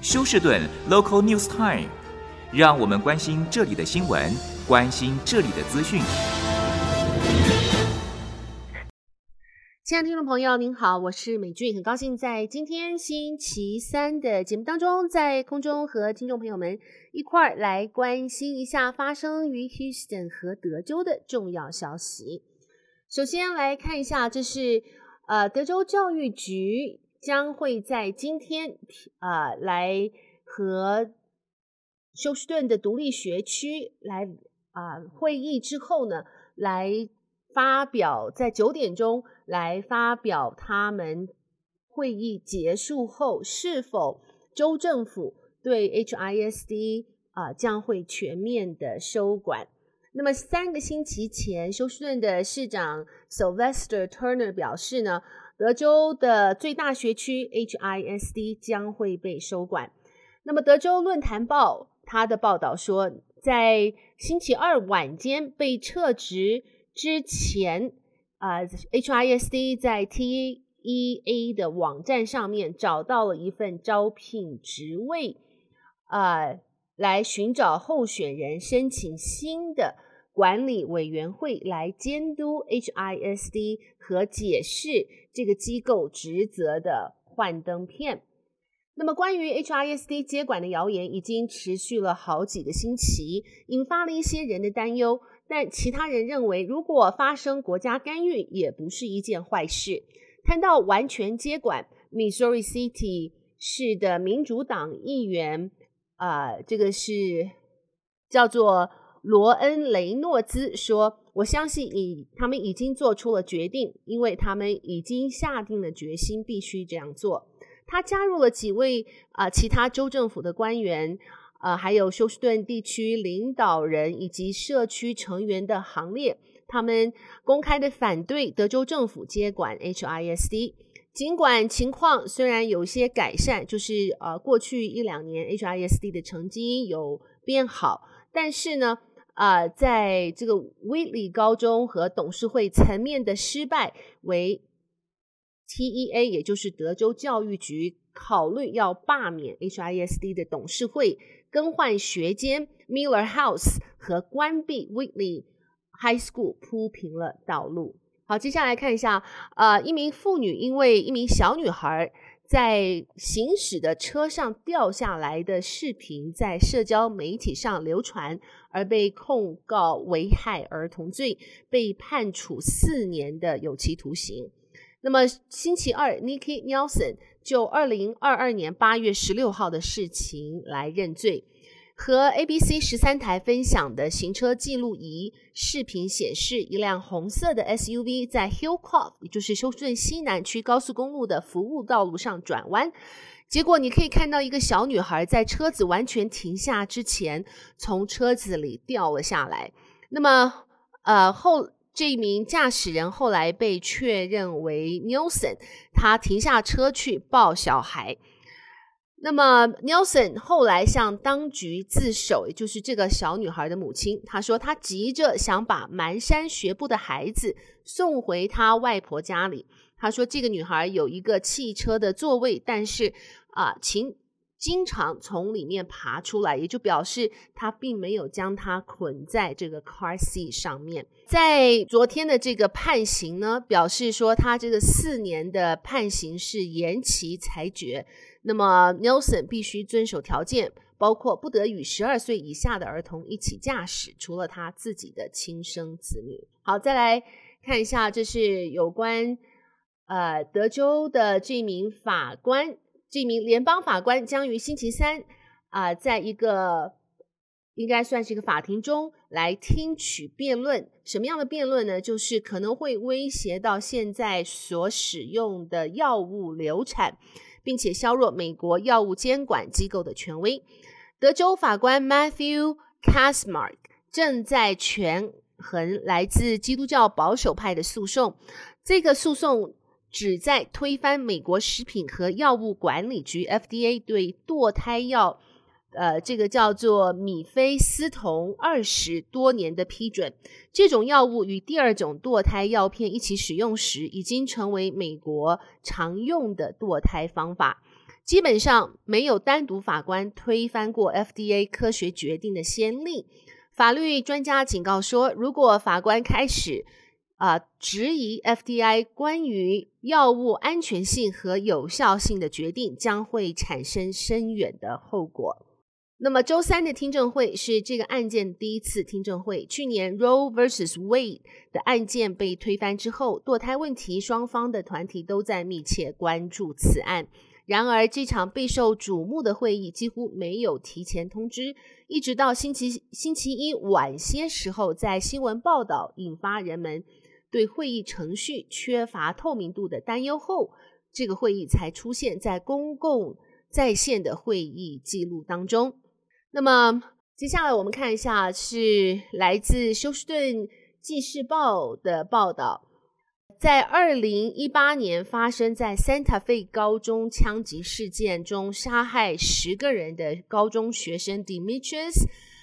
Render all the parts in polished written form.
休士顿 Local News Time， 让我们关心这里的新闻，关心这里的资讯。 亲爱的听众朋友您好，我是美俊，很高兴在今天星期三的节目当中，在空中和听众朋友们一块儿来关心一下发生于 Houston 和德州的重要消息。首先来看一下，这是德州教育局将会在今天来和休斯顿的独立学区来会议之后呢，来发表在9点钟来发表他们会议结束后是否州政府对 HISD 将会全面的收管。那么3个星期前，休斯顿的市长 Sylvester Turner 表示呢，德州的最大学区 HISD 将会被收管。那么德州论坛报他的报道说，在星期二晚间被撤职之前HISD 在 TEA 的网站上面找到了一份招聘职位来寻找候选人申请新的管理委员会来监督 HISD 和解释这个机构职责的幻灯片。那么关于 HISD 接管的谣言已经持续了好几个星期，引发了一些人的担忧，但其他人认为如果发生国家干预也不是一件坏事。谈到完全接管， Missouri City 市的民主党议员这个是叫做罗恩·雷诺兹说，我相信他们已经做出了决定，因为他们已经下定了决心必须这样做。他加入了几位其他州政府的官员还有休斯顿地区领导人以及社区成员的行列，他们公开的反对德州政府接管 HISD。 尽管情况虽然有些改善，就是过去1-2年 HISD 的成绩有变好，但是呢在这个 Wheatley 高中和董事会层面的失败为TEA 也就是德州教育局考虑要罢免 HISD 的董事会，更换学监 Miller House 和关闭 Wheatley High School 铺平了道路。好，接下来看一下一名妇女因为一名小女孩在行驶的车上掉下来的视频在社交媒体上流传，而被控告危害儿童罪，被判处4年的有期徒刑。那么星期二 Nikki Nelson 就2022年8月16号的事情来认罪。和 ABC 13台分享的行车记录仪视频显示，一辆红色的 SUV 在 Hillcroft 也就是休斯顿西南区高速公路的服务道路上转弯，结果你可以看到一个小女孩在车子完全停下之前从车子里掉了下来。那么这名驾驶人后来被确认为 Nelson， 他停下车去抱小孩。那么 Nelson 后来向当局自首，也就是这个小女孩的母亲，他说他急着想把蹒跚学步的孩子送回他外婆家里。他说这个女孩有一个汽车的座位，但是经常从里面爬出来，也就表示他并没有将它捆在这个 car seat 上面。在昨天的这个判刑呢，表示说他这个4年的判刑是延期裁决。那么 Nelson 必须遵守条件，包括不得与12岁以下的儿童一起驾驶，除了他自己的亲生子女。好，再来看一下，这是有关德州的这名联邦法官将于星期三在一个应该算是一个法庭中来听取辩论。什么样的辩论呢？就是可能会威胁到现在所使用的药物流产，并且削弱美国药物监管机构的权威。德州法官 Matthew Kacsmaryk 正在权衡来自基督教保守派的诉讼，这个诉讼旨在推翻美国食品和药物管理局 FDA 对堕胎药这个叫做米非司酮20多年的批准。这种药物与第2种堕胎药片一起使用时，已经成为美国常用的堕胎方法。 基本上没有单独法官推翻过 FDA 科学决定的先例。法律专家警告说，如果法官开始质疑 FDI 关于药物安全性和有效性的决定，将会产生深远的后果。那么周三的听证会是这个案件第一次听证会。去年 Roe vs. Wade 的案件被推翻之后，堕胎问题双方的团体都在密切关注此案。然而这场备受瞩目的会议几乎没有提前通知，一直到星期一晚些时候，在新闻报道引发人们对会议程序缺乏透明度的担忧后，这个会议才出现在公共在线的会议记录当中。那么接下来我们看一下是来自休斯顿纪事报的报道，在2018年发生在 Santa Fe 高中枪击事件中杀害10个人的高中学生 Demetrius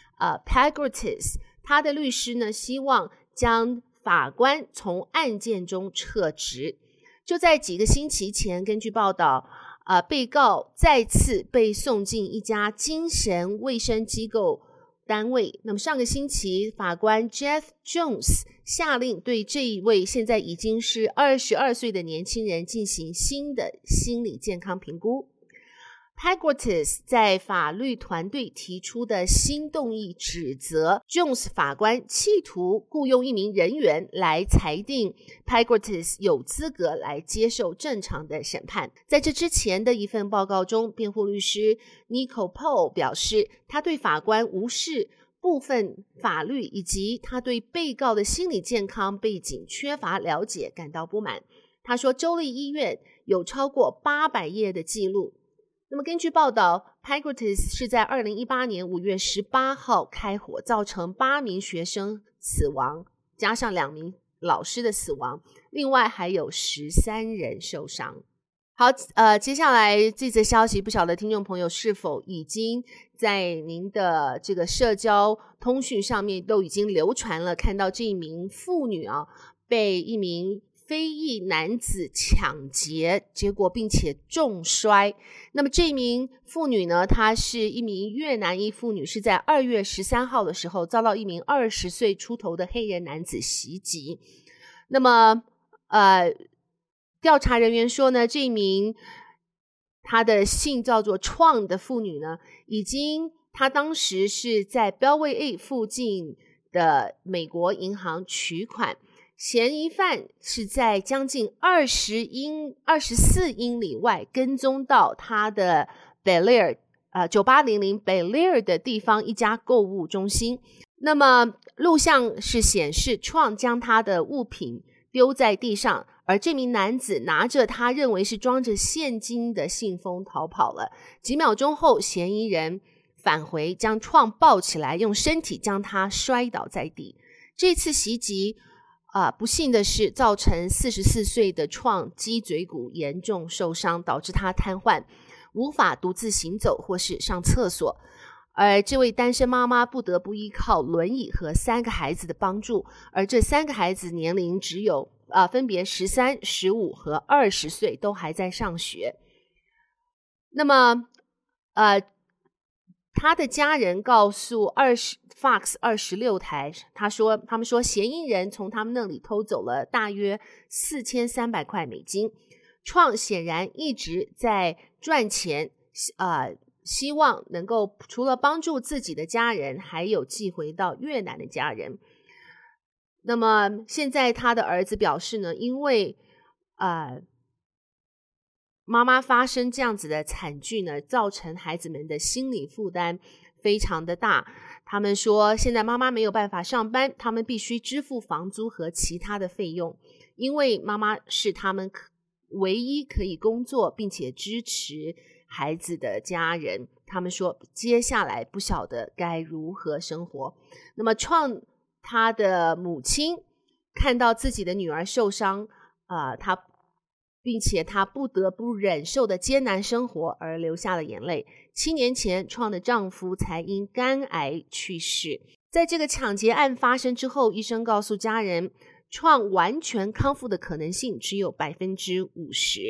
Pagortis， 他的律师呢希望将法官从案件中撤职。就在几个星期前，根据报道被告再次被送进一家精神卫生机构单位。那么上个星期，法官 Jeff Jones 下令对这一位现在已经是22岁的年轻人进行新的心理健康评估。Pagortis 在法律团队提出的新动议指责 Jones 法官企图雇佣一名人员来裁定 Pagortis 有资格来接受正常的审判。在这之前的一份报告中，辩护律师 Nicole Paul 表示，他对法官无视部分法律以及他对被告的心理健康背景缺乏了解感到不满。他说，州立医院有超过800页的记录。那么根据报道， Pagortis 是在2018年5月18号开火，造成8名学生死亡，加上2名老师的死亡，另外还有13人受伤。好，接下来这则消息，不晓得听众朋友是否已经在您的这个社交通讯上面都已经流传了，看到这一名妇女被一名非裔男子抢劫，结果并且重摔。那么这名妇女呢，她是一名越南裔妇女，是在2月13号的时候遭到一名20岁出头的黑人男子袭击。那么调查人员说呢，这一名她的姓叫做创的妇女呢，她当时是在 Bellway 8附近的美国银行取款，嫌疑犯是在将近24英里外跟踪到他的 Bellaire 9800 Bellaire 的地方一家购物中心。那么录像是显示创将他的物品丢在地上，而这名男子拿着他认为是装着现金的信封逃跑了。几秒钟后，嫌疑人返回将创抱起来，用身体将他摔倒在地。这次袭击不幸的是造成44岁的创脊椎骨严重受伤，导致他瘫痪，无法独自行走或是上厕所。而这位单身妈妈不得不依靠轮椅和3个孩子的帮助，而这3个孩子年龄只有分别13、15和20岁，都还在上学。那么他的家人告诉Fox 26台，他们说嫌疑人从他们那里偷走了大约4300块美金。创显然一直在赚钱，希望能够除了帮助自己的家人，还有寄回到越南的家人。那么现在他的儿子表示呢，因为妈妈发生这样子的惨剧呢，造成孩子们的心理负担非常的大。他们说现在妈妈没有办法上班，他们必须支付房租和其他的费用，因为妈妈是他们唯一可以工作并且支持孩子的家人。他们说接下来不晓得该如何生活。那么创他的母亲看到自己的女儿受伤，并且她不得不忍受的艰难生活而流下了眼泪。7年前，创的丈夫才因肝癌去世。在这个抢劫案发生之后，医生告诉家人，创完全康复的可能性只有50%。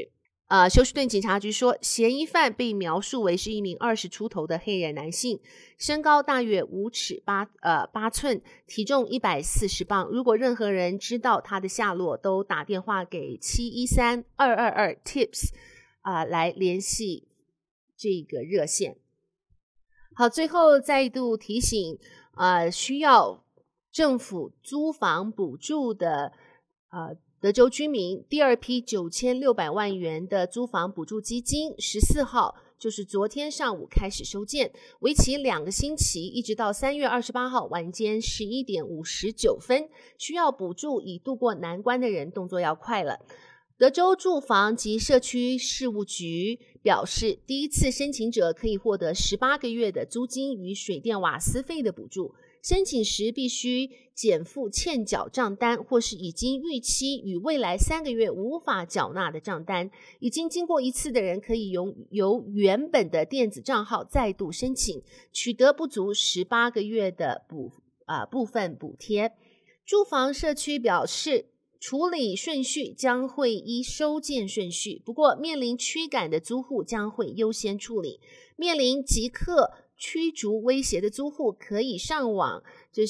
休斯顿警察局说，嫌疑犯被描述为是一名20出头的黑人男性，身高大约5尺8寸，体重140磅。如果任何人知道他的下落，都打电话给713-222-TIPS 来联系这个热线。好，最后再度提醒需要政府租房补助的德州居民，第二批9600万元的租房补助基金14号就是昨天上午开始收件，为期2个星期，一直到3月28号晚间11点59分。需要补助已度过难关的人动作要快了。德州住房及社区事务局表示，第一次申请者可以获得18个月的租金与水电瓦斯费的补助，申请时必须减负欠缴账单，或是已经逾期与未来3个月无法缴纳的账单。已经经过一次的人可以由原本的电子账号再度申请，取得不足18个月的部分补贴。住房社区表示，处理顺序将会依收件顺序，不过面临驱赶的租户将会优先处理。面临即刻驱逐威胁的租户可以上网，就是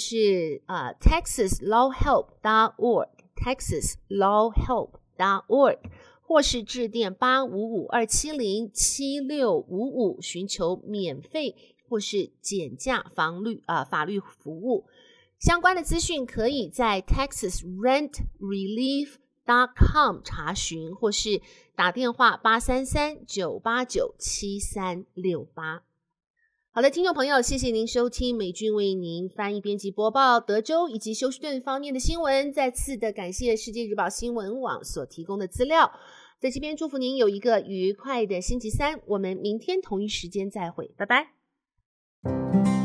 texaslawhelp.org texaslawhelp.org 或是致电855-270-7655寻求免费或是减价法律服务。相关的资讯可以在 texasrentrelief.com 查询，或是打电话833-989-7368。好的，听众朋友，谢谢您收听美君为您翻译编辑播报德州以及休斯顿方面的新闻。再次的感谢世界日报新闻网所提供的资料。在这边祝福您有一个愉快的星期三，我们明天同一时间再会，拜拜。